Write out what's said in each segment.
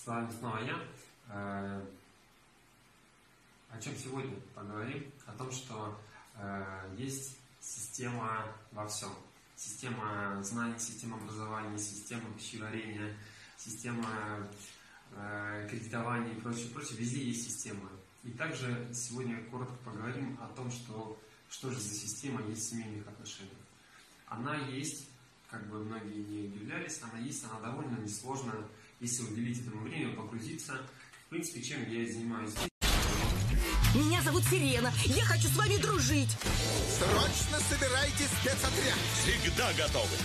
С вами снова я. О чем сегодня поговорим? О том, что есть система во всем. Система знаний, система образования, система пищеварения, система кредитования и прочее, прочее. Везде есть система. И также сегодня коротко поговорим о том, что же за система есть в семейных отношениях. Она есть, как бы многие не удивлялись, она есть, она довольно несложная, если уделить этому время, погрузиться. В принципе, чем я и занимаюсь. Меня зовут Сирена, я хочу с вами дружить. Срочно собирайте спецотряд. Всегда готовы.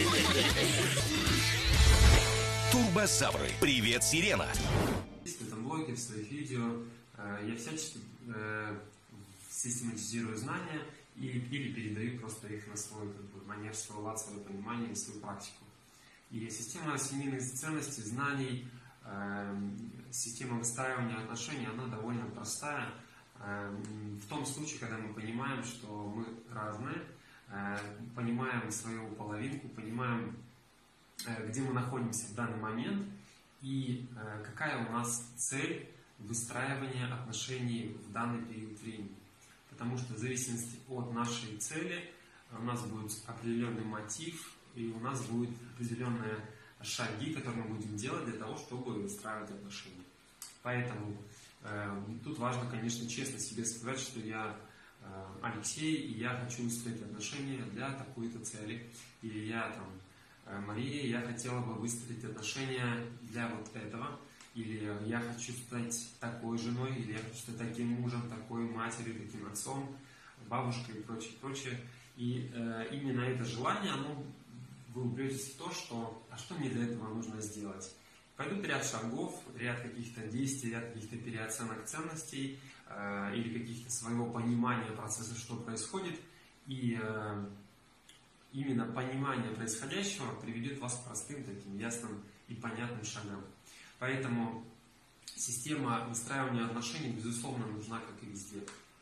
Турбозавры. Привет, Сирена. В этом блоге, в своих видео я всячески систематизирую знания или передаю просто их на свой манер, свой лад, свое понимание и свою практику. И система семейных ценностей, знаний, система выстраивания отношений, она довольно простая. В том случае, когда мы понимаем, что мы разные, понимаем свою половинку, понимаем, где мы находимся в данный момент и какая у нас цель выстраивания отношений в данный период времени. Потому что в зависимости от нашей цели у нас будет определенный мотив и у нас будут определенные шаги, которые мы будем делать для того, чтобы выстраивать отношения. Поэтому тут важно, конечно, честно себе сказать, что я Алексей, и я хочу выстроить отношения для такой-то цели. Или я Мария, я хотела бы выстроить отношения для вот этого. Или я хочу стать такой женой, или я хочу стать таким мужем, такой матерью, таким отцом, бабушкой и прочее, прочее. И именно это желание, вы упретесь в то, что мне для этого нужно сделать. Пойдут ряд шагов, ряд каких-то действий, ряд каких-то переоценок ценностей или каких-то своего понимания процесса, что происходит. И именно понимание происходящего приведет вас к простым, таким ясным и понятным шагам. Поэтому система выстраивания отношений, безусловно, нужна, как и везде.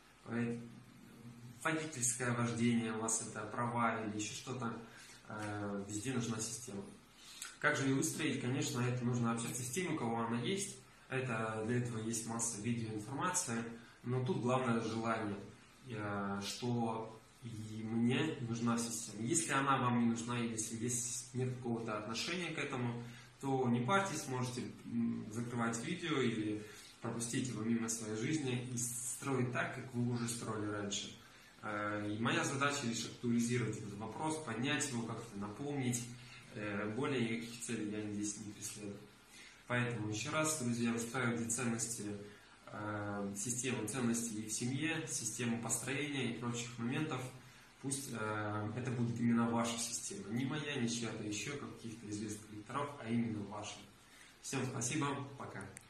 Водительское вождение, у вас это права или еще что-то, везде нужна система. Как же ее выстроить? Конечно, это нужно общаться с теми, у кого она есть. Для этого есть масса видеоинформации. Но тут главное желание, что и мне нужна система. Если она вам не нужна, если нет какого-то отношения к этому, то не парьтесь, можете закрывать видео или пропустить его мимо своей жизни и строить так, как вы уже строили раньше. И моя задача лишь актуализировать этот вопрос, поднять его, как-то напомнить. Более никаких целей я здесь не преследую. Поэтому еще раз, друзья, выстраивайте ценности, систему ценностей и в семье, систему построения и прочих моментов. Пусть это будет именно ваша система. Не моя, не чья-то еще, как каких-то известных лекторов, а именно ваша. Всем спасибо, пока.